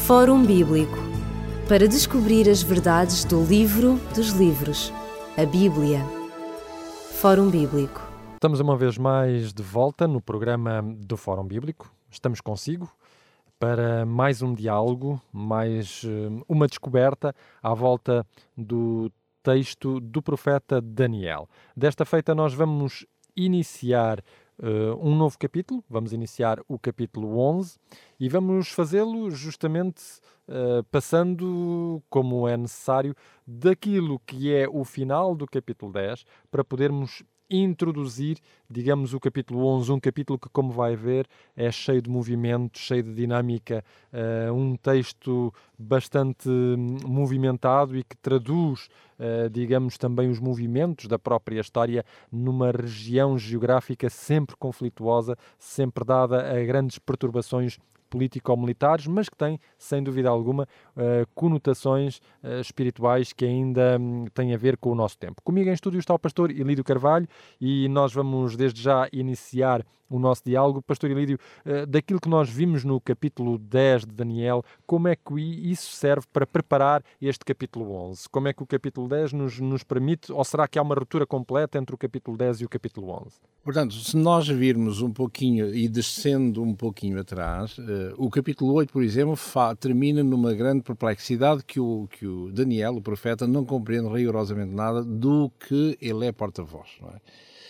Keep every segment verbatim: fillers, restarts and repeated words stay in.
Fórum Bíblico, para descobrir as verdades do livro dos livros, a Bíblia. Fórum Bíblico. Estamos uma vez mais de volta no programa do Fórum Bíblico. Estamos consigo para mais um diálogo, mais uh, uma descoberta à volta do texto do profeta Daniel. Desta feita nós vamos iniciar uh, um novo capítulo, vamos iniciar o capítulo onze e vamos fazê-lo justamente uh, passando, como é necessário, daquilo que é o final do capítulo dez, para podermos introduzir, digamos, o capítulo onze, um capítulo que, como vai ver, é cheio de movimento, cheio de dinâmica, uh, um texto bastante movimentado e que traduz, uh, digamos, também os movimentos da própria história numa região geográfica sempre conflituosa, sempre dada a grandes perturbações político-militares, mas que tem, sem dúvida alguma, uh, conotações uh, espirituais que ainda um, têm a ver com o nosso tempo. Comigo em estúdio está o pastor Ilídio Carvalho e nós vamos desde já iniciar o nosso diálogo. Pastor Ilídio, uh, daquilo que nós vimos no capítulo dez de Daniel, como é que isso serve para preparar este capítulo onze? Como é que o capítulo dez nos, nos permite, ou será que há uma ruptura completa entre o capítulo dez e o capítulo onze? Portanto, se nós virmos um pouquinho e descendo um pouquinho atrás, uh, o capítulo oito, por exemplo, fa- termina numa grande perplexidade que o, que o Daniel, o profeta, não compreende rigorosamente nada do que ele é porta-voz, não é?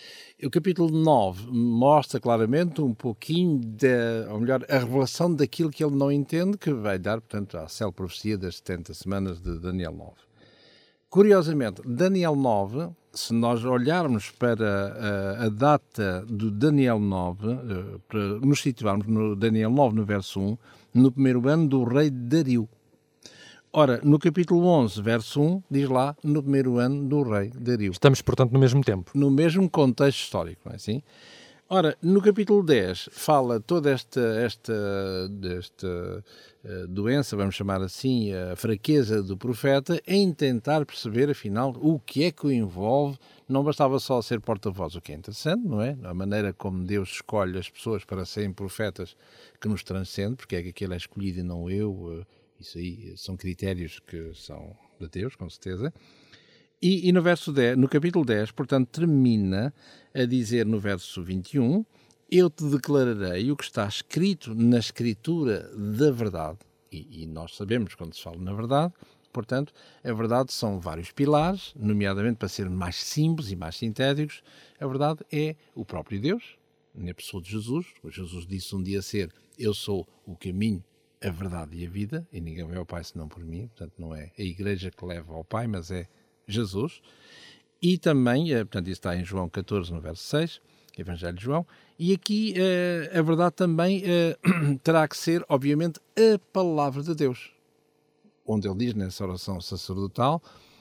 O capítulo nove mostra claramente um pouquinho, de, ou melhor, a revelação daquilo que ele não entende, que vai dar, portanto, à célebre profecia das setenta semanas de Daniel nove. Curiosamente, Daniel nove, se nós olharmos para a, a data do Daniel nove, uh, para nos situarmos no Daniel nove, no verso um, no primeiro ano do rei Dario. Ora, no capítulo onze, verso um, diz lá, no primeiro ano do rei Dario. Estamos, portanto, no mesmo tempo. No mesmo contexto histórico, não é assim? Ora, no capítulo dez, fala toda esta, esta, esta uh, doença, vamos chamar assim, a fraqueza do profeta, em tentar perceber, afinal, o que é que o envolve. Não bastava só ser porta-voz, o que é interessante, não é? A maneira como Deus escolhe as pessoas para serem profetas que nos transcende, porque é que aquele é escolhido e não eu. Uh, Isso aí são critérios que são de Deus, com certeza. E, e no verso dez, no capítulo dez, portanto, termina a dizer no verso vinte e um: eu te declararei o que está escrito na escritura da verdade. E, e nós sabemos, quando se fala na verdade, portanto, a verdade são vários pilares, nomeadamente, para ser mais simples e mais sintéticos, a verdade é o próprio Deus, na pessoa de Jesus. O Jesus disse um dia ser: eu sou o caminho, a verdade e a vida, e ninguém vai ao Pai senão por mim. Portanto, não é a Igreja que leva ao Pai, mas é Jesus. E também, portanto, isso está em João catorze, no verso seis, Evangelho de João, e aqui a verdade também terá que ser, obviamente, a palavra de Deus, onde ele diz nessa oração sacerdotal,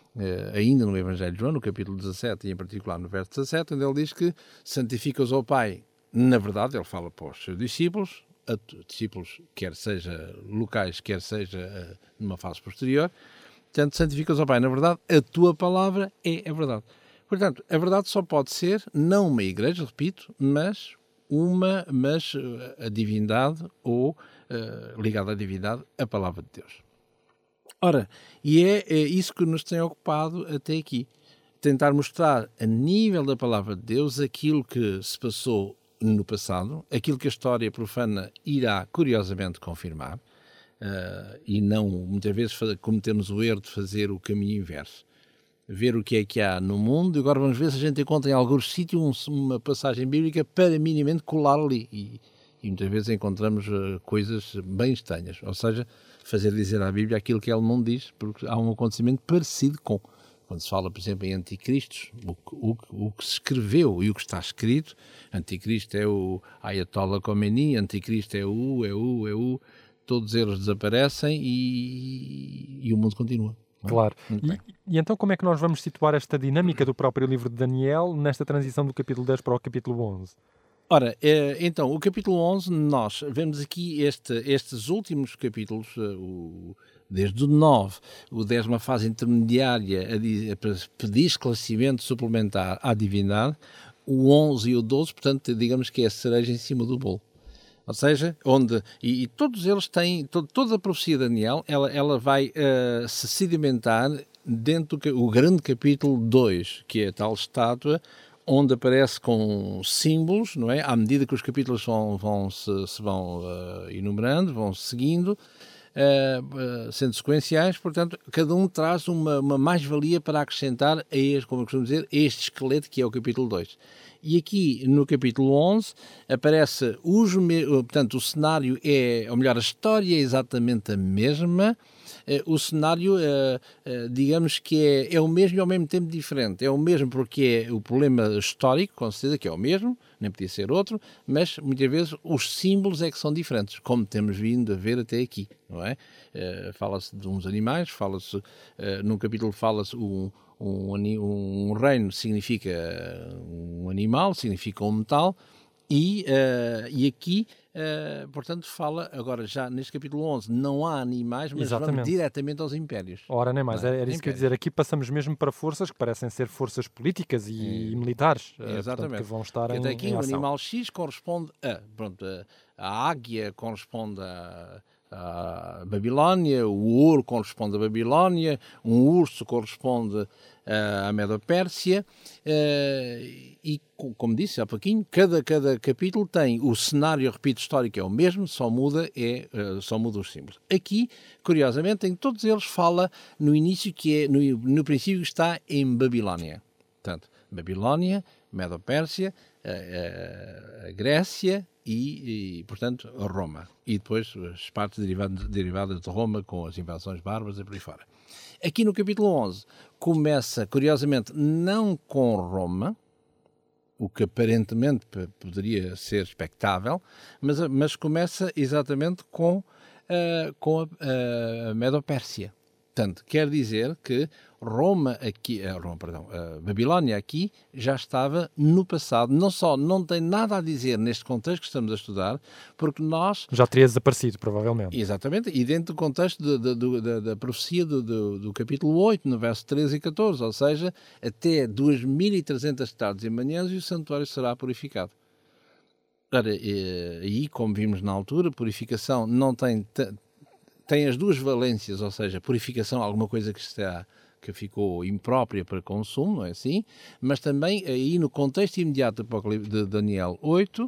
ainda no Evangelho de João, no capítulo dezassete, e em particular no verso dezassete, onde ele diz que santifica-os ao Pai na verdade. Ele fala para os seus discípulos, a discípulos, quer seja locais, quer seja uh, numa fase posterior. Portanto, santifica-os ao Pai. Na verdade, a tua palavra é a verdade. Portanto, a verdade só pode ser, não uma igreja, repito, mas uma, mas uh, a divindade ou, uh, ligada à divindade, a palavra de Deus. Ora, e é, é isso que nos tem ocupado até aqui. Tentar mostrar, a nível da palavra de Deus, aquilo que se passou no passado, aquilo que a história profana irá curiosamente confirmar, uh, e não, muitas vezes, cometemos o erro de fazer o caminho inverso. Ver o que é que há no mundo, e agora vamos ver se a gente encontra em algum sítio um, uma passagem bíblica para minimamente colar ali. E, e muitas vezes encontramos uh, coisas bem estranhas. Ou seja, fazer dizer à Bíblia aquilo que ela não diz, porque há um acontecimento parecido com. Quando se fala, por exemplo, em anticristos, o, o, o que se escreveu e o que está escrito, anticristo é o Ayatollah Khomeini, anticristo é o, é o, é o, todos eles desaparecem e, e o mundo continua. Claro. E, e então como é que nós vamos situar esta dinâmica do próprio livro de Daniel nesta transição do capítulo dez para o capítulo onze? Ora, então, o capítulo onze, nós vemos aqui este, estes últimos capítulos, o, desde o nove, o dez, uma fase intermediária a pedir esclarecimento suplementar à divindade, o onze e o doze, portanto, digamos que é a cereja em cima do bolo. Ou seja, onde, e, e todos eles têm, to, toda a profecia de Daniel, ela, ela vai uh, se sedimentar dentro do o grande capítulo dois, que é a tal estátua, onde aparece com símbolos, não é? À medida que os capítulos vão, vão se, se vão uh, enumerando, vão seguindo, Uh, uh, sendo sequenciais, portanto, cada um traz uma, uma mais-valia para acrescentar a este, como eu costumo dizer, a este esqueleto que é o capítulo dois. E aqui, no capítulo onze, aparece os, portanto, o cenário é, ou melhor, a história é exatamente a mesma. Uh, o cenário, uh, uh, digamos que é, é o mesmo e ao mesmo tempo diferente. É o mesmo porque é o problema histórico, com certeza que é o mesmo, nem podia ser outro, mas muitas vezes os símbolos é que são diferentes, como temos vindo a ver até aqui, não é? Uh, fala-se de uns animais, fala-se, uh, num capítulo fala-se um, um, um reino significa um animal, significa um metal, e, uh, e aqui, uh, portanto, fala, agora já neste capítulo onze, não há animais, mas Exatamente. vamos diretamente aos impérios. Ora, nem mais, Não é? era isso que eu ia dizer. Aqui passamos mesmo para forças que parecem ser forças políticas e é. militares, Exatamente. portanto, que vão estar Porque em, até aqui em o ação. animal X corresponde a, pronto, a, a águia corresponde a, a Babilónia, o ouro corresponde a Babilónia, um urso corresponde a Medo-Pérsia, e, como disse há pouquinho, cada, cada capítulo tem o cenário, repito, histórico é o mesmo, só muda, é, só muda os símbolos. Aqui, curiosamente, em todos eles fala no início, que é, no, no princípio está em Babilónia. Portanto, Babilónia, Medo-Pérsia, a, a, a Grécia e, e, portanto, a Roma. E depois as partes derivadas, derivadas de Roma com as invasões bárbaras e por aí fora. Aqui no capítulo onze começa, curiosamente, não com Roma, o que aparentemente poderia ser expectável, mas, mas começa exatamente com, uh, com a, a Medo-Pérsia. Portanto, quer dizer que Roma aqui, uh, Roma, perdão, uh, Babilónia aqui já estava no passado. Não só não tem nada a dizer neste contexto que estamos a estudar, porque nós... Já teria desaparecido, provavelmente. Exatamente, e dentro do contexto de, de, de, da, da profecia do, do, do capítulo oito, no verso treze e catorze, ou seja, até duas mil e trezentas tardes e manhãs e o santuário será purificado. Ora, aí, como vimos na altura, purificação não tem... tem as duas valências, ou seja, purificação, alguma coisa que está que ficou imprópria para consumo, não é assim? Mas também aí no contexto imediato de Daniel oito,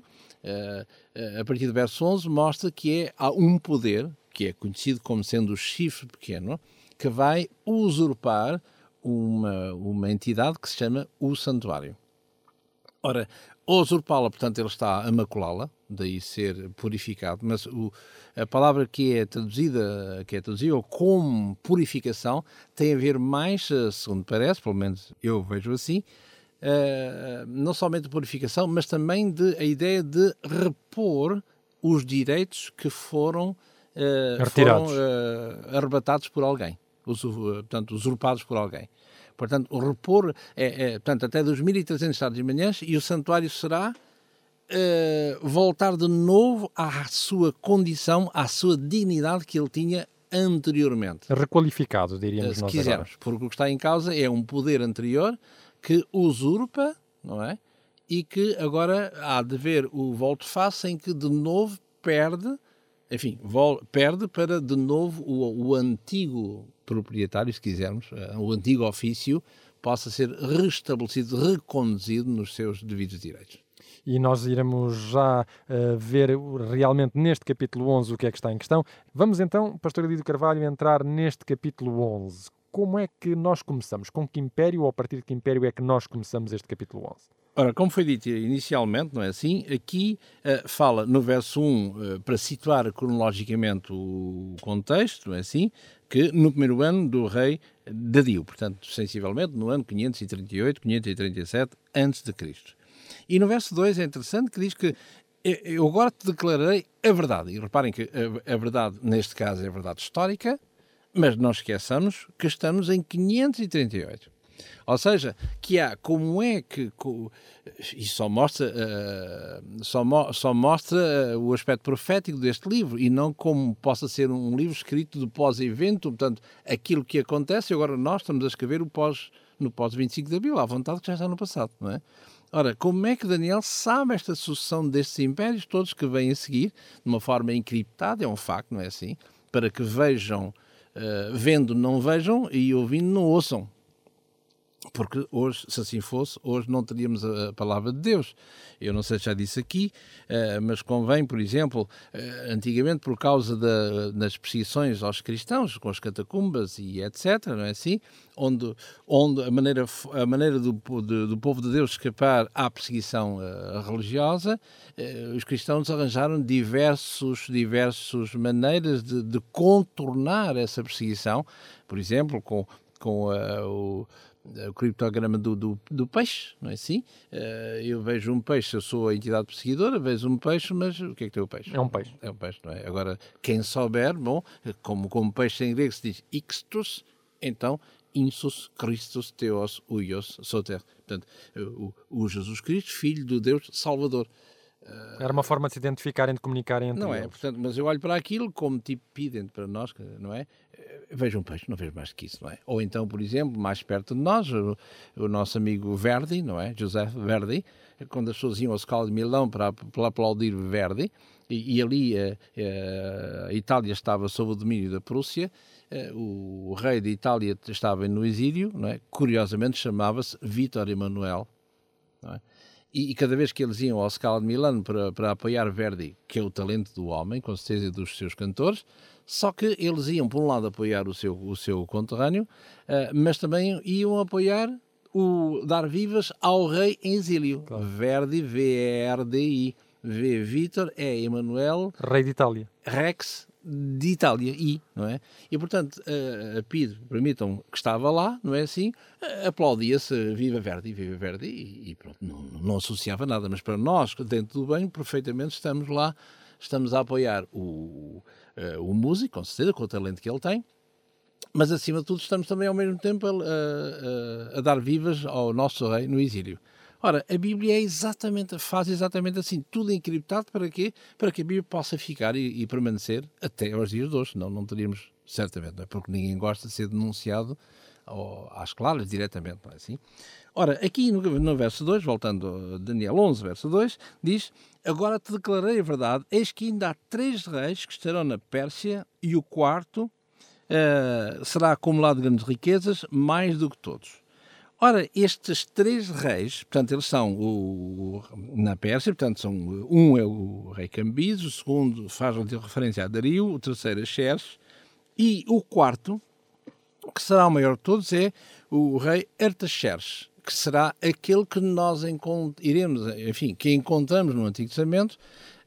a partir do verso onze, mostra que é, há um poder, que é conhecido como sendo o chifre pequeno, que vai usurpar uma, uma entidade que se chama o santuário. Ora, usurpá-la, portanto, ele está a maculá-la, daí ser purificado, mas o, a palavra que é traduzida, que é traduzida como purificação, tem a ver mais, segundo parece, pelo menos eu vejo assim, uh, não somente purificação, mas também de, a ideia de repor os direitos que foram, uh, foram uh, arrebatados por alguém, usur, portanto, usurpados por alguém. Portanto, o repor, é, é, portanto, até duas mil e trezentas tardes e manhãs, e o santuário será uh, voltar de novo à sua condição, à sua dignidade que ele tinha anteriormente. Requalificado, diríamos uh, se nós quisermos, agora. Porque o que está em causa é um poder anterior que usurpa, não é? E que agora há de ver o volte-face em que de novo perde, enfim, vol- perde para de novo o, o antigo proprietário, se quisermos, o antigo ofício, possa ser restabelecido, reconduzido nos seus devidos direitos. E nós iremos já uh, ver realmente neste capítulo onze o que é que está em questão. Vamos então, Pastor Elídio Carvalho, entrar neste capítulo onze. Como é que nós começamos? Com que império ou a partir de que império é que nós começamos este capítulo onze? Ora, como foi dito inicialmente, não é assim? Aqui uh, fala no verso um, uh, para situar cronologicamente o contexto, não é assim? Que no primeiro ano do rei Dario, portanto, sensivelmente no ano quinhentos e trinta e oito, quinhentos e trinta e sete antes de Cristo. E no verso dois é interessante que diz que eu agora te declararei a verdade. E reparem que a, a verdade, neste caso, é a verdade histórica, mas não esqueçamos que estamos em quinhentos e trinta e oito. Ou seja, que há como é que... E só mostra, uh, só, mo, só mostra uh, o aspecto profético deste livro e não como possa ser um livro escrito de pós-evento, portanto, aquilo que acontece, e agora nós estamos a escrever o pós, no pós vinte e cinco de abril, à vontade que já está no passado, não é? Ora, como é que Daniel sabe esta sucessão destes impérios todos que vêm a seguir, de uma forma encriptada, é um facto, não é assim? Para que vejam, uh, vendo não vejam e ouvindo não ouçam. Porque hoje, se assim fosse, hoje não teríamos a palavra de Deus. Eu não sei se já disse aqui, uh, mas convém, por exemplo, uh, antigamente por causa da, das perseguições aos cristãos, com as catacumbas e etcétera, não é assim? Onde, onde a maneira, a maneira do, do, do povo de Deus escapar à perseguição uh, religiosa, uh, os cristãos arranjaram diversos, diversos maneiras de, de contornar essa perseguição, por exemplo, com, com uh, o o criptograma do, do, do peixe, não é assim? Uh, eu vejo um peixe, eu sou a entidade perseguidora, vejo um peixe, mas o que é que tem o peixe? É um peixe. É um peixe, não é? Agora, quem souber, bom, como, como peixe em grego se diz ixtus, então insus Christus Theos Huios Soter. Portanto, o, o Jesus Cristo, Filho do Deus Salvador. Era uma forma de se identificarem, de comunicarem entre não eles. É, portanto, mas eu olho para aquilo como tipo pidente para nós, não é? Vejo um peixe, não vejo mais que isso, não é? Ou então, por exemplo, mais perto de nós, o, o nosso amigo Verdi, não é? José Verdi, quando as pessoas iam ao Scala de Milão para, para aplaudir Verdi, e, e ali a, a, a Itália estava sob o domínio da Prússia, o, o rei de Itália estava no exílio, não é? Curiosamente chamava-se Vítor Emanuel, não é? E, e cada vez que eles iam ao Scala de Milano para, para apoiar Verdi, que é o talento do homem, com certeza dos seus cantores, só que eles iam, por um lado, apoiar o seu, o seu conterrâneo, uh, mas também iam apoiar, o, dar vivas ao rei em exílio. Claro. Verdi, V E R D I, V. Vítor, E. Emanuel, rei de Itália. Rex de Itália, I, não é? E, portanto, a, a Pido, permitam, que estava lá, não é assim, aplaudia-se Viva Verdi, Viva Verdi, e, e pronto, não, não associava nada, mas para nós, dentro do bem, perfeitamente estamos lá, estamos a apoiar o, uh, o músico, com certeza, com o talento que ele tem, mas, acima de tudo, estamos também, ao mesmo tempo, a, a, a dar vivas ao nosso rei no exílio. Ora, a Bíblia é exatamente, faz exatamente assim, tudo encriptado para quê? Para que a Bíblia possa ficar e, e permanecer até aos dias de hoje, senão não teríamos, certamente, não é? Porque ninguém gosta de ser denunciado ao, às claras diretamente, não é assim? Ora, aqui no, no verso dois, voltando a Daniel onze, verso dois, diz: agora te declarei a verdade, eis que ainda há três reis que estarão na Pérsia e o quarto uh, será acumulado de grandes riquezas, mais do que todos. Ora, estes três reis, portanto, eles são o, na Pérsia, portanto, são, um é o rei Cambises, o segundo faz referência a Dario, o terceiro a Xerxes, e o quarto, que será o maior de todos, é o rei Artaxerxes, que será aquele que nós iremos, enfim, que encontramos no Antigo Testamento,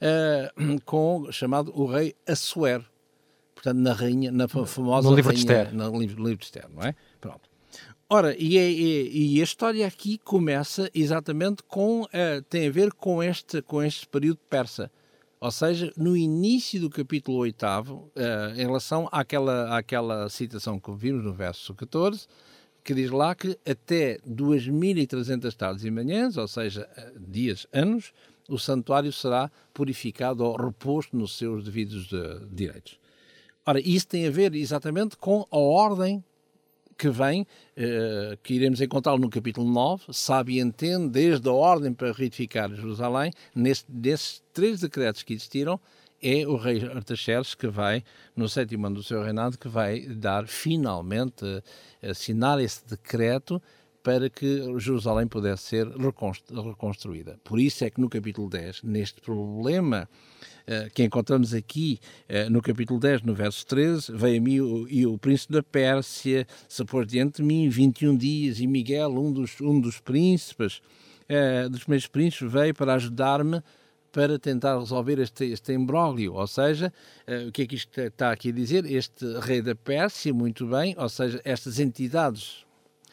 uh, com, chamado o rei Assuero, portanto, na rainha, na famosa no livro rainha, de Esther. no livro, no livro de Esther, não é? Pronto. Ora, e, é, e, e a história aqui começa exatamente com, uh, tem a ver com este, com este período persa. Ou seja, no início do capítulo oitavo, uh, em relação àquela, àquela citação que vimos no verso catorze, que diz lá que até duas mil e trezentas tardes e manhãs, ou seja, dias, anos, o santuário será purificado ou reposto nos seus devidos de, direitos. Ora, isso tem a ver exatamente com a ordem que vem, uh, que iremos encontrá-lo no capítulo nove, sabe e entende, desde a ordem para reedificar Jerusalém, nesse, desses três decretos que existiram, é o rei Artaxerxes que vai, no sétimo ano do seu reinado, que vai dar finalmente, uh, assinar esse decreto para que Jerusalém pudesse ser reconstru- reconstruída. Por isso é que no capítulo dez, neste problema uh, que encontramos aqui uh, no capítulo dez, no verso treze, veio a mim o, e o príncipe da Pérsia se pôs diante de mim vinte e um dias, e Miguel, um dos, um dos príncipes, uh, dos meus príncipes, veio para ajudar-me para tentar resolver este, este imbróglio, ou seja, uh, o que é que isto está aqui a dizer? Este rei da Pérsia, muito bem, ou seja, estas entidades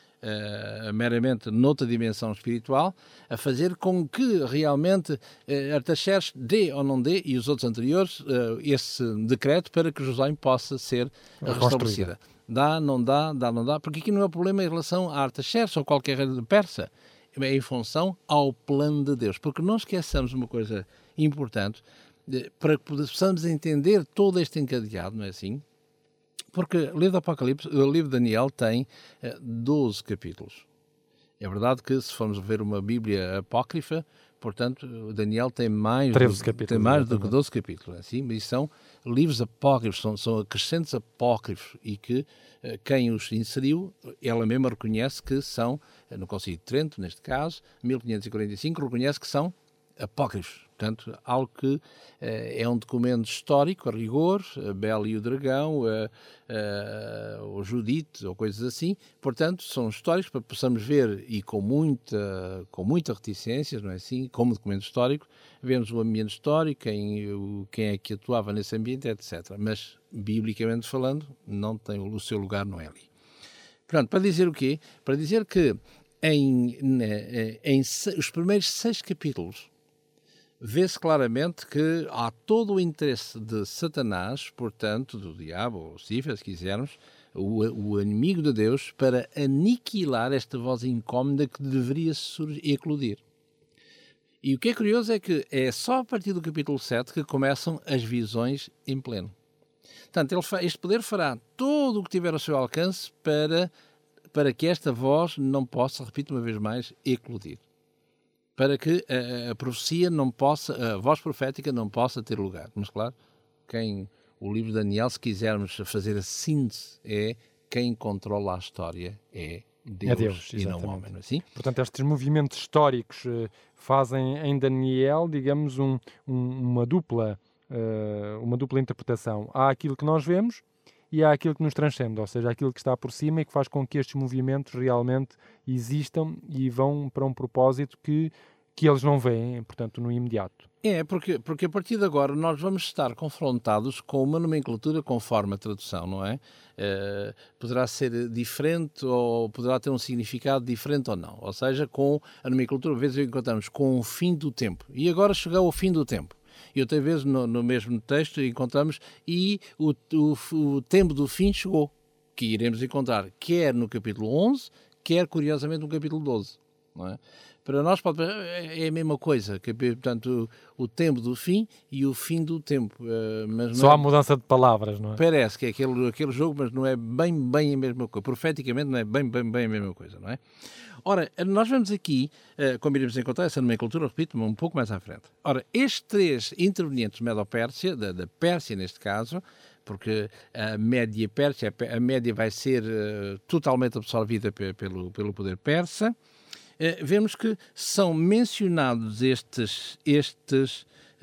Uh, meramente noutra dimensão espiritual, a fazer com que realmente uh, Artaxerxes dê ou não dê, e os outros anteriores, uh, esse decreto para que Jerusalém possa ser restabelecida. Dá, não dá, dá, não dá, porque aqui não é o problema em relação a Artaxerxes ou qualquer rei de Persa, é em função ao plano de Deus, porque não esqueçamos uma coisa importante, uh, para que possamos entender todo este encadeado, não é assim? Porque o livro do Apocalipse, o livro de Daniel tem uh, doze capítulos. É verdade que se formos ver uma Bíblia apócrifa, portanto, Daniel tem mais, treze do, capítulos, tem mais do que exatamente. doze capítulos. Assim, mas são livros apócrifos, são, são acrescentes apócrifos e que eh, quem os inseriu, ela mesma reconhece que são, no Concílio de Trento, neste caso, mil quinhentos e quarenta e cinco, reconhece que são apócrifos. Portanto, algo que eh, é um documento histórico, a rigor, a Bela e o Dragão, a, a, o Judite, ou coisas assim. Portanto, são históricos para que possamos ver, e com muita, com muita reticência, não é assim, como documento histórico, vemos o ambiente histórico, quem, o, quem é que atuava nesse ambiente, etcétera. Mas, biblicamente falando, não tem, o seu lugar não é ali. Portanto, para dizer o quê? Para dizer que em, em, em os primeiros seis capítulos, vê-se claramente que há todo o interesse de Satanás, portanto, do diabo, ou Lucifer, se quisermos, o, o inimigo de Deus, para aniquilar esta voz incómoda que deveria surgir, eclodir. E o que é curioso é que é só a partir do capítulo sete que começam as visões em pleno. Portanto, ele, este poder fará todo o que tiver ao seu alcance para, para que esta voz não possa, repito uma vez mais, eclodir. Para que a, a profecia não possa, a voz profética não possa ter lugar. Mas claro, quem, o livro de Daniel, se quisermos fazer a síntese, é quem controla a história é Deus, é Deus e não o homem, não é assim? Portanto, estes movimentos históricos uh, fazem em Daniel, digamos, um, um, uma dupla, uh, uma dupla interpretação. Há aquilo que nós vemos e há aquilo que nos transcende, ou seja, aquilo que está por cima e que faz com que estes movimentos realmente existam e vão para um propósito que, que eles não veem, portanto, no imediato. É, porque, porque a partir de agora nós vamos estar confrontados com uma nomenclatura conforme a tradução, não é? Uh, poderá ser diferente ou poderá ter um significado diferente ou não. Ou seja, com a nomenclatura, às vezes encontramos com o fim do tempo. E agora chegou o fim do tempo. E outra vez no, no mesmo texto encontramos e o, o, o tempo do fim chegou, que iremos encontrar quer no capítulo onze, quer curiosamente no capítulo doze. Não é? Para nós pode, é a mesma coisa, que, portanto, o, o tempo do fim e o fim do tempo. Mas Só não é, há mudança de palavras, não é? Parece que é aquele, aquele jogo, mas não é bem, bem a mesma coisa. Profeticamente não é bem, bem, bem a mesma coisa, não é? Ora, nós vamos aqui, como iremos encontrar essa nomenclatura, repito, um pouco mais à frente. Ora, estes três intervenientes Medo-Pérsia, da, da Pérsia neste caso, porque a Média Pérsia, a Média vai ser uh, totalmente absorvida pelo, pelo poder persa, uh, vemos que são mencionados estes, estes,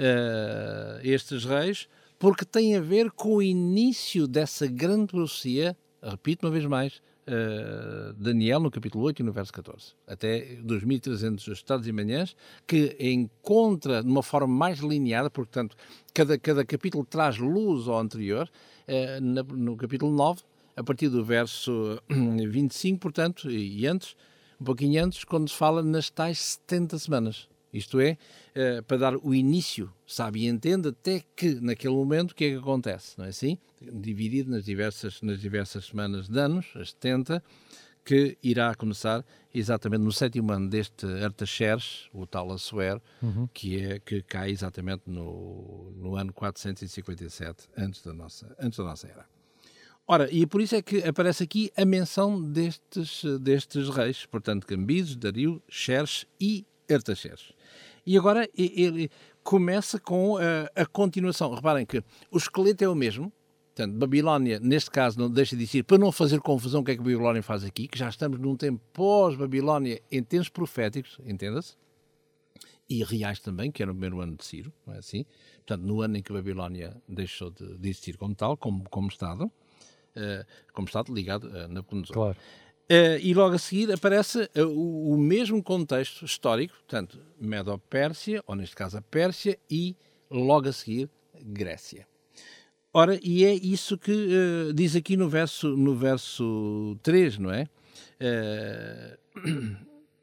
uh, estes reis porque têm a ver com o início dessa grande profecia, repito uma vez mais, Uh, Daniel no capítulo oito e no verso catorze, até dois mil e trezentos estados e manhãs, que encontra de uma forma mais lineada, portanto, cada, cada capítulo traz luz ao anterior, uh, na, no capítulo nove, a partir do verso vinte e cinco, portanto, e antes, um pouquinho antes, quando se fala nas tais setenta semanas. Isto é, uh, para dar o início, sabe e entende, até que naquele momento o que é que acontece, não é assim? Dividido nas diversas, nas diversas semanas de anos, as setenta, que irá começar exatamente no sétimo ano deste Artaxerxes, o tal Assuero, uhum. que, é, que cai exatamente no, no ano quatrocentos e cinquenta e sete, antes da nossa, antes da nossa era. Ora, e por isso é que aparece aqui a menção destes, destes reis, portanto, Cambises, Dario, Xerxes e Artaxerxes. E agora ele começa com a, a continuação. Reparem que o esqueleto é o mesmo. Portanto, Babilónia, neste caso, não deixa de dizer, para não fazer confusão o que é que a Babilónia faz aqui, que já estamos num tempo pós-Babilónia em termos proféticos, entenda-se, e reais também, que era no primeiro ano de Ciro, não é assim? Portanto, no ano em que a Babilónia deixou de, de existir como tal, como, como Estado, uh, como Estado ligado a Nabucodonosor. Claro. Uh, e logo a seguir aparece uh, o, o mesmo contexto histórico, portanto, Medo-Pérsia, ou neste caso a Pérsia, e logo a seguir Grécia. Ora, e é isso que uh, diz aqui no verso, no verso três, não é? Uh,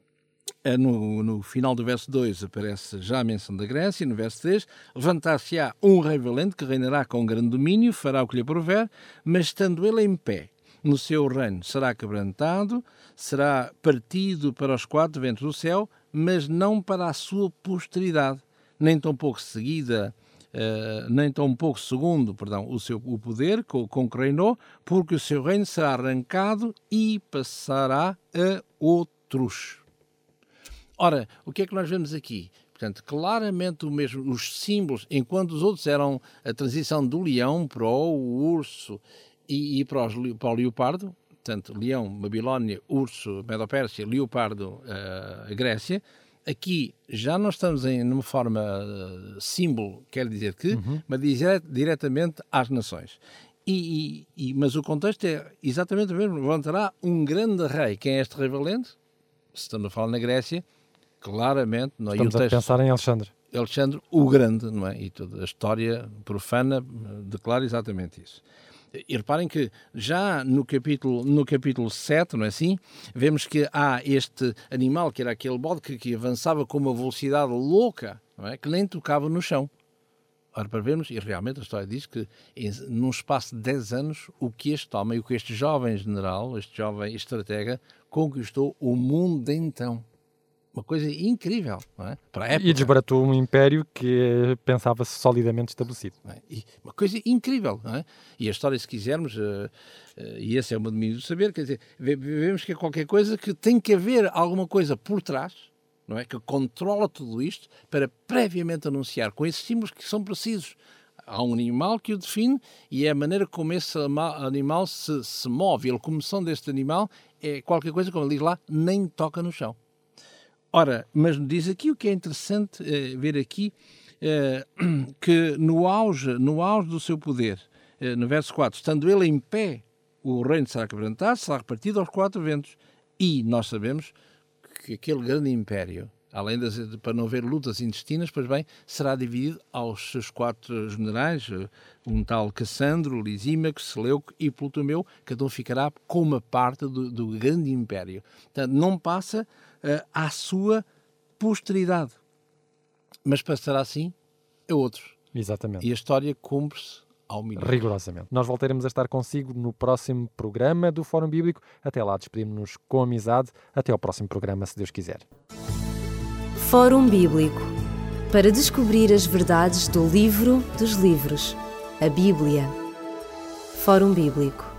no, no final do verso dois aparece já a menção da Grécia, no verso três, levantar-se-á um rei valente que reinará com grande domínio, fará o que lhe aprouver, mas estando ele em pé, no seu reino será quebrantado, será partido para os quatro ventos do céu, mas não para a sua posteridade, nem tão pouco seguida, uh, nem tão pouco segundo, perdão, o seu o poder com, com que reinou, porque o seu reino será arrancado e passará a outros. Ora, o que é que nós vemos aqui? Portanto, claramente o mesmo, os símbolos, enquanto os outros eram a transição do leão para o urso e, e para, os, para o leopardo, portanto, leão, Babilónia, urso, Medo-Pérsia, leopardo, uh, a Grécia, aqui já não estamos em numa forma uh, símbolo, quer dizer que, uhum. mas dire, diretamente às nações. E, e, e, mas o contexto é exatamente o mesmo. Levantará um grande rei. Quem é este rei valente? Se estamos a falar na Grécia, claramente... Não é? Estamos e o texto, a pensar em Alexandre. Alexandre o Grande, não é? E toda a história profana declara exatamente isso. E reparem que já no capítulo, no capítulo sete, não é assim? Vemos que há este animal, que era aquele bode que, que avançava com uma velocidade louca, não é? Que nem tocava no chão. Ora, para vermos, e realmente a história diz que em, num espaço de dez anos, o que este homem, o que este jovem general, este jovem estratega, conquistou o mundo de então. Uma coisa incrível, não é? Para a época. E desbaratou um império que pensava-se solidamente estabelecido. Não é? E uma coisa incrível, não é? E a história, se quisermos, uh, uh, e esse é o meu domínio do saber, quer dizer, vemos que é qualquer coisa que tem que haver alguma coisa por trás, não é? Que controla tudo isto para previamente anunciar com esses símbolos que são precisos. Há um animal que o define e é a maneira como esse animal se, se move. A locomoção deste animal é qualquer coisa, como ele diz lá, nem toca no chão. Ora, mas diz aqui o que é interessante é, ver aqui, é, que no auge, no auge do seu poder, é, no verso quatro, estando ele em pé, o reino será quebrantado, será repartido aos quatro ventos. E nós sabemos que aquele grande império, além de, para não haver lutas intestinas, pois bem, será dividido aos seus quatro generais, um tal Cassandro, Lisímaco, Seleuco e Ptolomeu, cada um ficará com uma parte do, do grande império. Portanto, não passa uh, à sua posteridade, mas passará assim a outros. Exatamente. E a história cumpre-se ao minuto. Rigorosamente. Nós voltaremos a estar consigo no próximo programa do Fórum Bíblico. Até lá, despedimos-nos com amizade. Até ao próximo programa, se Deus quiser. Fórum Bíblico, para descobrir as verdades do livro dos livros, a Bíblia. Fórum Bíblico.